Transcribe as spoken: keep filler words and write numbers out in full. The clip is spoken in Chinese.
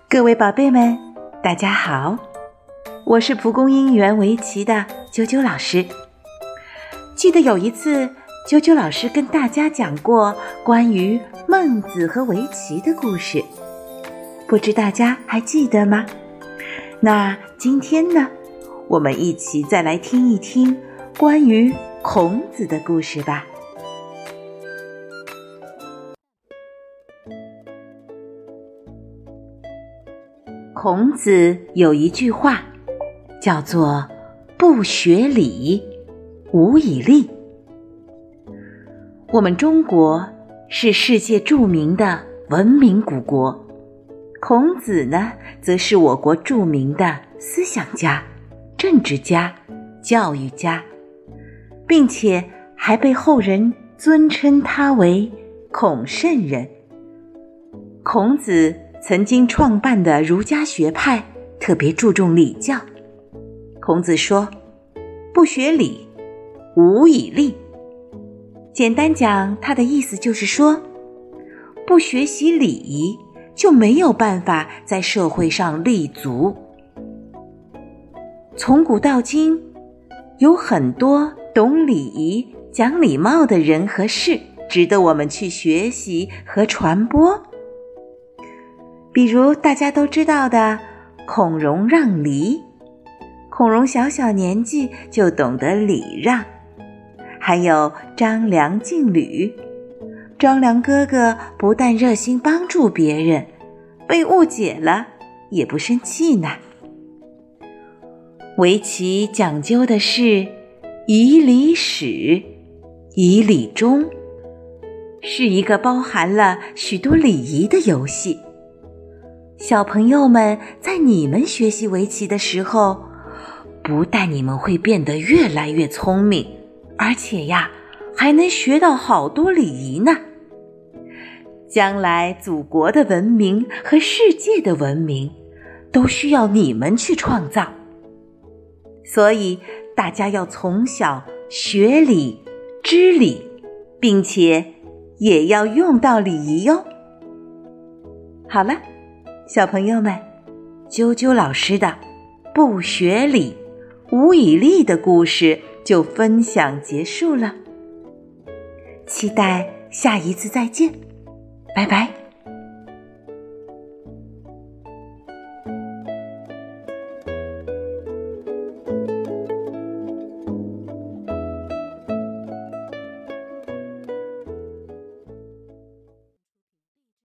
各位宝贝们，大家好，我是蒲公英园围棋的啾啾老师。记得有一次，啾啾老师跟大家讲过关于孟子和围棋的故事，不知大家还记得吗？那今天呢，我们一起再来听一听关于孔子的故事吧。孔子有一句话叫做不学礼，无以立。我们中国是世界著名的文明古国，孔子呢，则是我国著名的思想家、政治家、教育家，并且还被后人尊称他为孔圣人。孔子曾经创办的儒家学派特别注重礼教。孔子说，不学礼，无以立。简单讲，他的意思就是说，不学习礼仪，就没有办法在社会上立足。从古到今，有很多懂礼仪、讲礼貌的人和事，值得我们去学习和传播。比如大家都知道的孔融让梨，孔融小小年纪就懂得礼让。还有张良敬旅，张良哥哥不但热心帮助别人，被误解了也不生气呢。围棋讲究的是以礼始，以礼终，是一个包含了许多礼仪的游戏。小朋友们，在你们学习围棋的时候，不但你们会变得越来越聪明，而且呀，还能学到好多礼仪呢。将来祖国的文明和世界的文明，都需要你们去创造。所以大家要从小学礼、知礼，并且也要用到礼仪哟。好了，小朋友们，啾啾老师的不学礼，无以立的故事就分享结束了。期待下一次再见，拜拜。